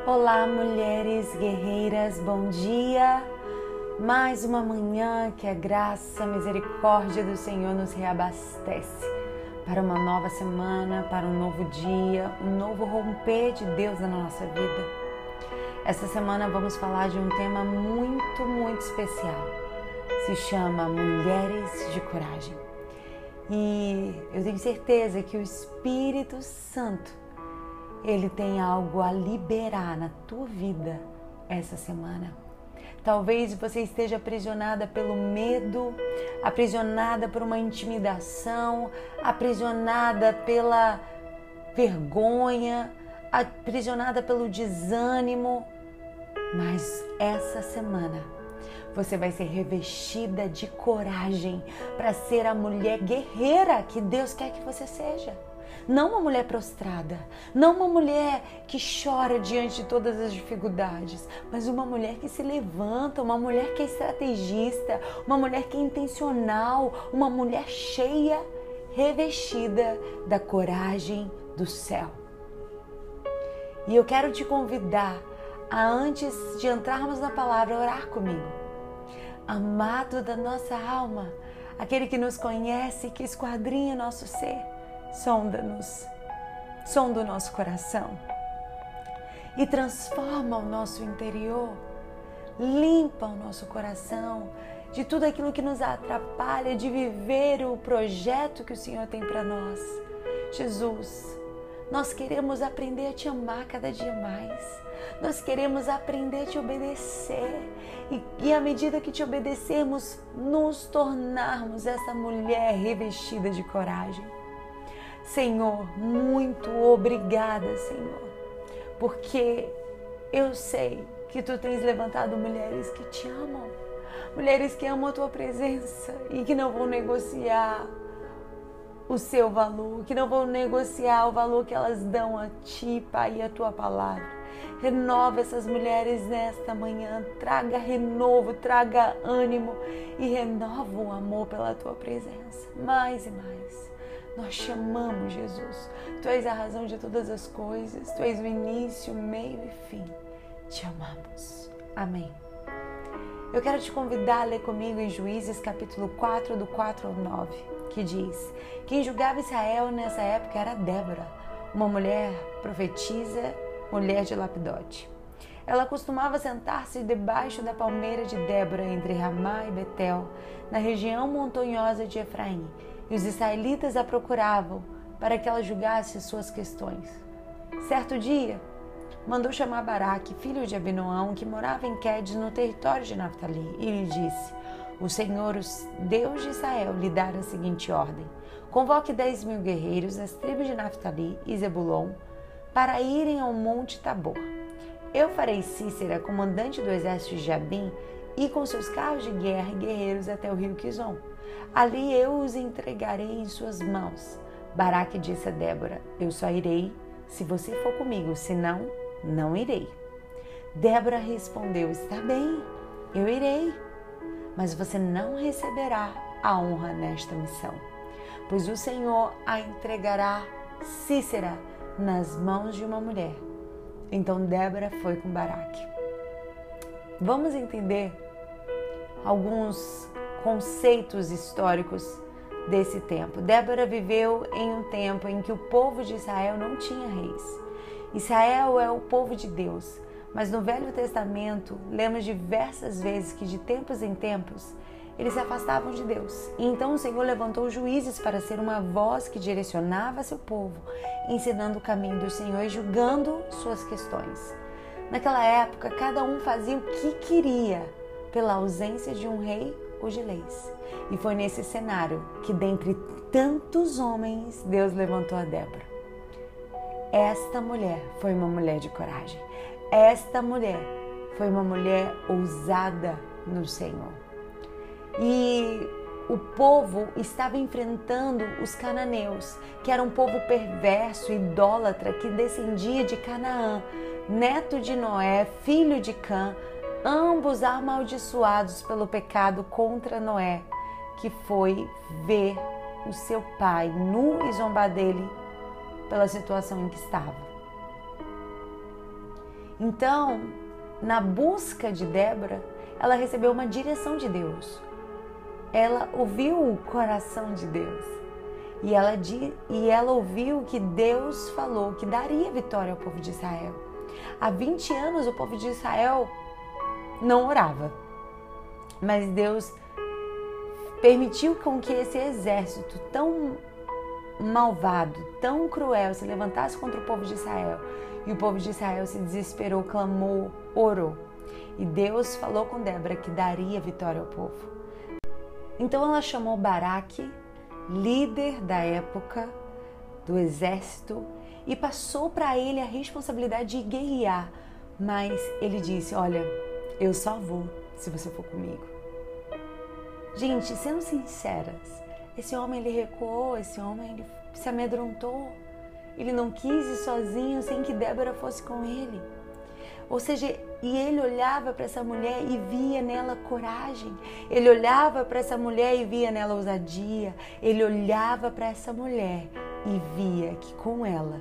Olá, mulheres guerreiras, bom dia! Mais uma manhã que a graça, a misericórdia do Senhor nos reabastece para uma nova semana, para um novo dia, um novo romper de Deus na nossa vida. Essa semana vamos falar de um tema muito especial. Se chama Mulheres de Coragem. E eu tenho certeza que o Espírito Santo Ele tem algo a liberar na tua vida essa semana. Talvez você esteja aprisionada pelo medo, aprisionada por uma intimidação, aprisionada pela vergonha, aprisionada pelo desânimo. Mas essa semana você vai ser revestida de coragem para ser a mulher guerreira que Deus quer que você seja. Não uma mulher prostrada, não uma mulher que chora diante de todas as dificuldades, mas uma mulher que se levanta, uma mulher que é estrategista, uma mulher que é intencional, uma mulher cheia, revestida da coragem do céu. E eu quero te convidar a, antes de entrarmos na palavra, orar comigo. Amado da nossa alma, aquele que nos conhece, que esquadrinha o nosso ser, sonda-nos, sonda o nosso coração e transforma o nosso interior, limpa o nosso coração de tudo aquilo que nos atrapalha de viver o projeto que o Senhor tem para nós. Jesus, nós queremos aprender a te amar cada dia mais. Nós queremos aprender a te obedecer e à medida que te obedecermos, nos tornarmos essa mulher revestida de coragem. Senhor, muito obrigada, Senhor, porque eu sei que Tu tens levantado mulheres que Te amam, mulheres que amam a Tua presença e que não vão negociar o seu valor, que não vão negociar o valor que elas dão a Ti, Pai, e a Tua palavra. Renova essas mulheres nesta manhã, traga renovo, traga ânimo e renova o amor pela Tua presença, mais e mais. Nós te amamos, Jesus. Tu és a razão de todas as coisas. Tu és o início, meio e fim. Te amamos. Amém. Eu quero te convidar a ler comigo em Juízes capítulo 4, do 4 ao 9, que diz: quem julgava Israel nessa época era Débora, uma mulher profetisa, mulher de Lapidote. Ela costumava sentar-se debaixo da palmeira de Débora, entre Ramá e Betel, na região montanhosa de Efraim. E os israelitas a procuravam para que ela julgasse suas questões. Certo dia, mandou chamar Baraque, filho de Abinoão, que morava em Quedes, no território de Naftali, e lhe disse: o Senhor, o Deus de Israel, lhe dá a seguinte ordem: convoque 10.000 guerreiros das tribos de Naftali e Zebulon para irem ao monte Tabor. Eu farei Cícera, comandante do exército de Jabim, e com seus carros de guerra e guerreiros até o rio Quizon. Ali eu os entregarei em suas mãos. Baraque disse a Débora: eu só irei se você for comigo, senão não irei. Débora respondeu: está bem, eu irei, mas você não receberá a honra nesta missão, pois o Senhor a entregará Cícera nas mãos de uma mulher. Então Débora foi com Baraque. Vamos entender alguns conceitos históricos desse tempo. Débora viveu em um tempo em que o povo de Israel não tinha reis. Israel é o povo de Deus, mas no Velho Testamento lemos diversas vezes que de tempos em tempos eles se afastavam de Deus. E então o Senhor levantou juízes para ser uma voz que direcionava seu povo, ensinando o caminho do Senhor e julgando suas questões. Naquela época, cada um fazia o que queria pela ausência de um rei ou de leis. E foi nesse cenário que, dentre tantos homens, Deus levantou a Débora. Esta mulher foi uma mulher de coragem. Esta mulher foi uma mulher ousada no Senhor. E o povo estava enfrentando os cananeus, que era um povo perverso, idólatra, que descendia de Canaã, neto de Noé, filho de Cã, ambos amaldiçoados pelo pecado contra Noé, que foi ver o seu pai nu e zombar dele pela situação em que estava. Então, na busca de Débora, ela recebeu uma direção de Deus. Ela ouviu o coração de Deus. E ela ouviu que Deus falou que daria vitória ao povo de Israel. Há 20 anos o povo de Israel não orava. Mas Deus permitiu com que esse exército tão malvado, tão cruel, se levantasse contra o povo de Israel. E o povo de Israel se desesperou, clamou, orou. E Deus falou com Débora que daria vitória ao povo. Então ela chamou Baraque, líder da época do exército, e passou para ele a responsabilidade de guerrear. Mas ele disse, olha, eu só vou se você for comigo. Gente, sendo sinceras, esse homem ele recuou, esse homem ele se amedrontou. Ele não quis ir sozinho sem que Débora fosse com ele. Ou seja, e ele olhava para essa mulher e via nela coragem. Ele olhava para essa mulher e via nela ousadia. Ele olhava para essa mulher e via que com ela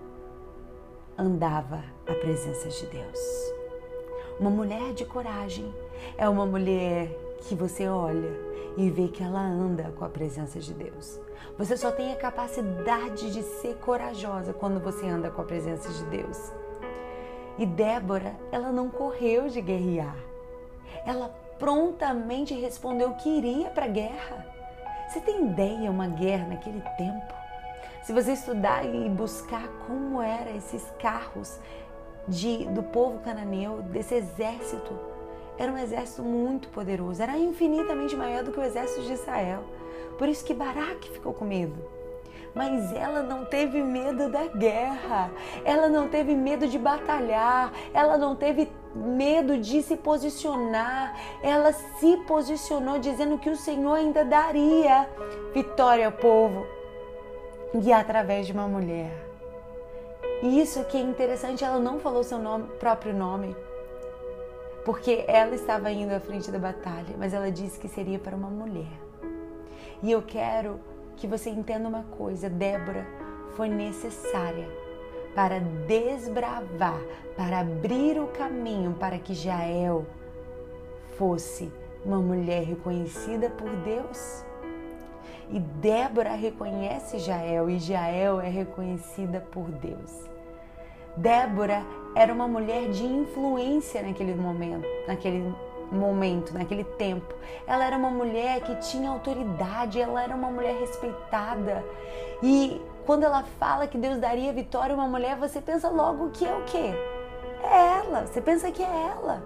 andava a presença de Deus. Uma mulher de coragem é uma mulher que você olha e vê que ela anda com a presença de Deus. Você só tem a capacidade de ser corajosa quando você anda com a presença de Deus. E Débora, ela não correu de guerrear. Ela prontamente respondeu que iria para a guerra. Você tem ideia uma guerra naquele tempo? Se você estudar e buscar como eram esses carros do povo cananeu, desse exército, era um exército muito poderoso, era infinitamente maior do que o exército de Israel. Por isso que Baraque ficou com medo. Mas ela não teve medo da guerra, ela não teve medo de batalhar, ela não teve medo de se posicionar, ela se posicionou dizendo que o Senhor ainda daria vitória ao povo e através de uma mulher. E isso que é interessante, ela não falou seu próprio nome, porque ela estava indo à frente da batalha, mas ela disse que seria para uma mulher. E eu quero que você entenda uma coisa, Débora foi necessária para desbravar, para abrir o caminho para que Jael fosse uma mulher reconhecida por Deus. E Débora reconhece Jael e Jael é reconhecida por Deus. Débora era uma mulher de influência naquele momento, naquele tempo. Ela era uma mulher que tinha autoridade, ela era uma mulher respeitada. E quando ela fala que Deus daria vitória a uma mulher, você pensa logo que é o quê? É ela, você pensa que é ela.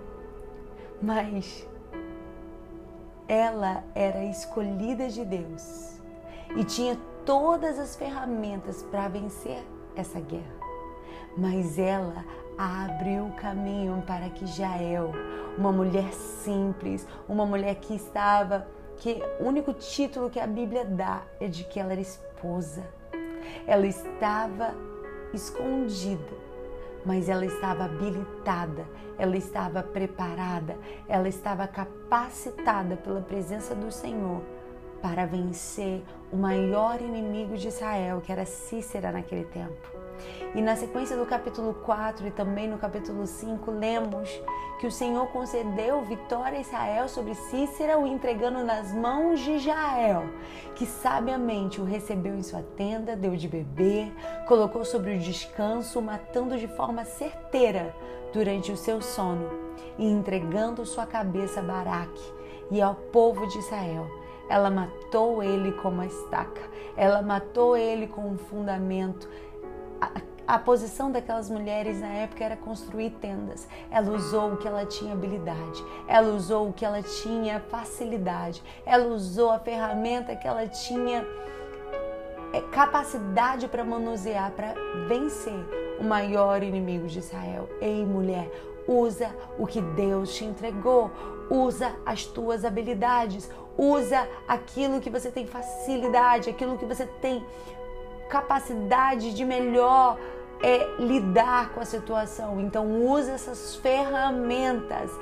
Mas ela era escolhida de Deus e tinha todas as ferramentas para vencer essa guerra. Mas ela abriu o caminho para que Jael, uma mulher simples, uma mulher que o único título que a Bíblia dá é de que ela era esposa. Ela estava escondida, mas ela estava habilitada, ela estava preparada, ela estava capacitada pela presença do Senhor para vencer o maior inimigo de Israel, que era Císera naquele tempo. E na sequência do capítulo 4 e também no capítulo 5, lemos que o Senhor concedeu vitória a Israel sobre Císera, o entregando nas mãos de Jael, que sabiamente o recebeu em sua tenda, deu de beber, colocou sobre o descanso, matando de forma certeira durante o seu sono e entregando sua cabeça a Baraque e ao povo de Israel. Ela matou ele com uma estaca, ela matou ele com um fundamento. A posição daquelas mulheres na época era construir tendas. Ela usou o que ela tinha habilidade, ela usou o que ela tinha facilidade, ela usou a ferramenta que ela tinha capacidade para manusear, para vencer o maior inimigo de Israel. Ei, mulher, usa o que Deus te entregou, usa as tuas habilidades, usa aquilo que você tem facilidade, aquilo que você tem capacidade de melhor lidar com a situação. Então usa essas ferramentas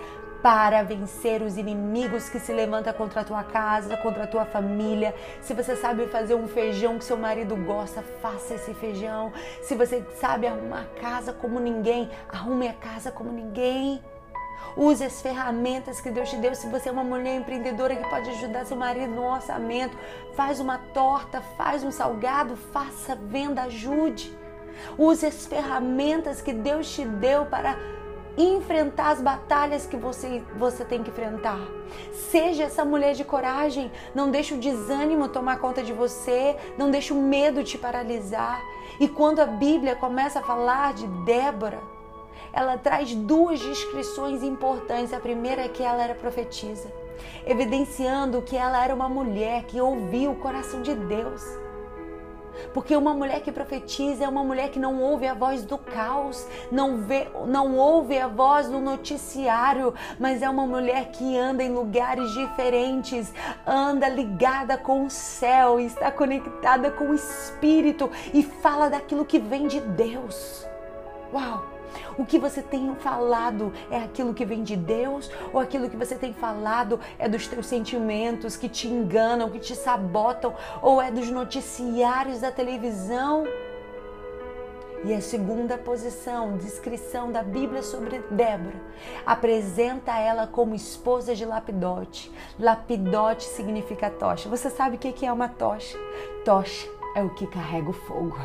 para vencer os inimigos que se levantam contra a tua casa, contra a tua família. Se você sabe fazer um feijão que seu marido gosta, faça esse feijão. Se você sabe arrumar a casa como ninguém, arrume a casa como ninguém. Use as ferramentas que Deus te deu. Se você é uma mulher empreendedora que pode ajudar seu marido no orçamento, faz uma torta, faz um salgado, faça venda, ajude. Use as ferramentas que Deus te deu para enfrentar as batalhas que você tem que enfrentar. Seja essa mulher de coragem. Não deixe o desânimo tomar conta de você. Não deixe o medo te paralisar. E quando a Bíblia começa a falar de Débora, ela traz duas descrições importantes. A primeira é que ela era profetisa, evidenciando que ela era uma mulher que ouvia o coração de Deus. Porque uma mulher que profetiza é uma mulher que não ouve a voz do caos, não ouve a voz do noticiário, mas é uma mulher que anda em lugares diferentes, anda ligada com o céu, está conectada com o Espírito e fala daquilo que vem de Deus. Uau! O que você tem falado é aquilo que vem de Deus, ou aquilo que você tem falado é dos teus sentimentos que te enganam, que te sabotam, ou é dos noticiários da televisão? E a segunda posição, descrição da Bíblia sobre Débora, apresenta ela como esposa de Lapidote. Lapidote significa tocha. Você sabe o que é uma tocha? Tocha é o que carrega o fogo.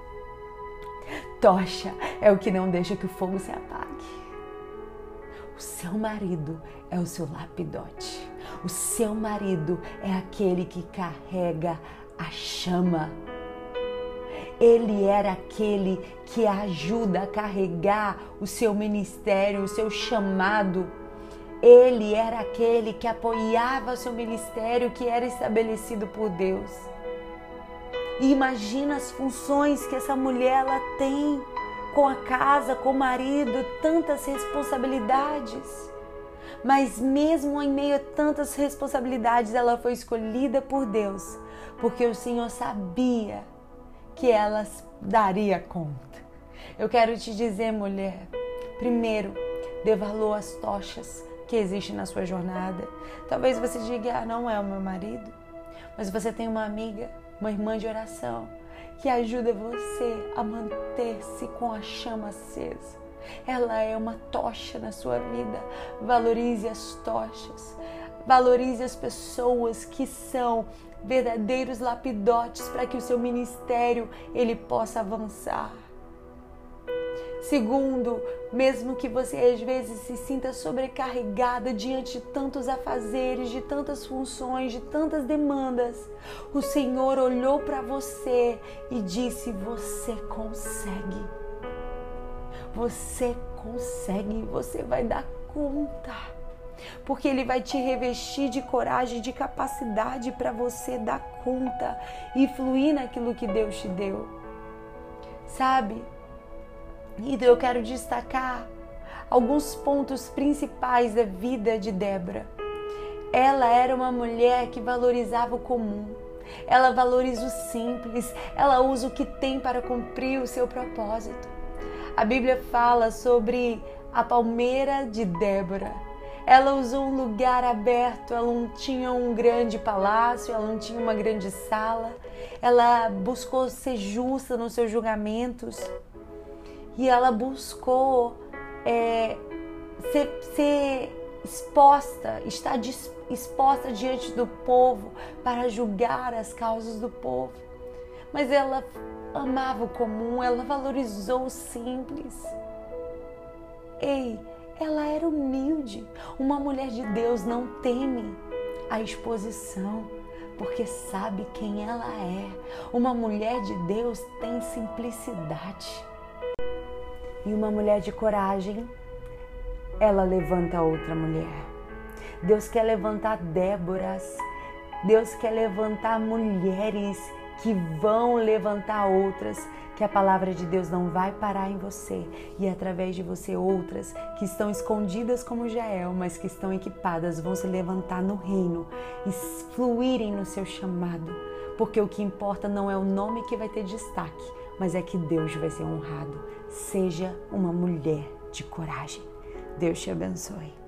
Tocha é o que não deixa que o fogo se apague. O seu marido é o seu lapidote. O seu marido é aquele que carrega a chama. Ele era aquele que ajuda a carregar o seu ministério, o seu chamado. Ele era aquele que apoiava o seu ministério que era estabelecido por Deus. E imagina as funções que essa mulher ela tem com a casa, com o marido, tantas responsabilidades. Mas mesmo em meio a tantas responsabilidades, ela foi escolhida por Deus, porque o Senhor sabia que ela daria conta. Eu quero te dizer, mulher, primeiro, dê valor às tochas que existem na sua jornada. Talvez você diga, não é o meu marido, mas você tem uma amiga, uma irmã de oração que ajuda você a manter-se com a chama acesa. Ela é uma tocha na sua vida. Valorize as tochas. Valorize as pessoas que são verdadeiros lapidotes para que o seu ministério ele possa avançar. Segundo, mesmo que você às vezes se sinta sobrecarregada diante de tantos afazeres, de tantas funções, de tantas demandas, o Senhor olhou para você e disse, você consegue. Você consegue, você vai dar conta. Porque Ele vai te revestir de coragem, de capacidade para você dar conta e fluir naquilo que Deus te deu. Sabe? E eu quero destacar alguns pontos principais da vida de Débora. Ela era uma mulher que valorizava o comum. Ela valoriza o simples. Ela usa o que tem para cumprir o seu propósito. A Bíblia fala sobre a palmeira de Débora. Ela usou um lugar aberto, ela não tinha um grande palácio, ela não tinha uma grande sala. Ela buscou ser justa nos seus julgamentos. E ela buscou ser exposta, estar exposta diante do povo para julgar as causas do povo. Mas ela amava o comum, ela valorizou o simples. Ela era humilde. Uma mulher de Deus não teme a exposição, porque sabe quem ela é. Uma mulher de Deus tem simplicidade. E uma mulher de coragem, ela levanta outra mulher. Deus quer levantar Déboras. Deus quer levantar mulheres que vão levantar outras, que a palavra de Deus não vai parar em você. E através de você outras que estão escondidas como Jael, mas que estão equipadas, vão se levantar no reino e fluírem no seu chamado. Porque o que importa não é o nome que vai ter destaque, mas é que Deus vai ser honrado. Seja uma mulher de coragem. Deus te abençoe.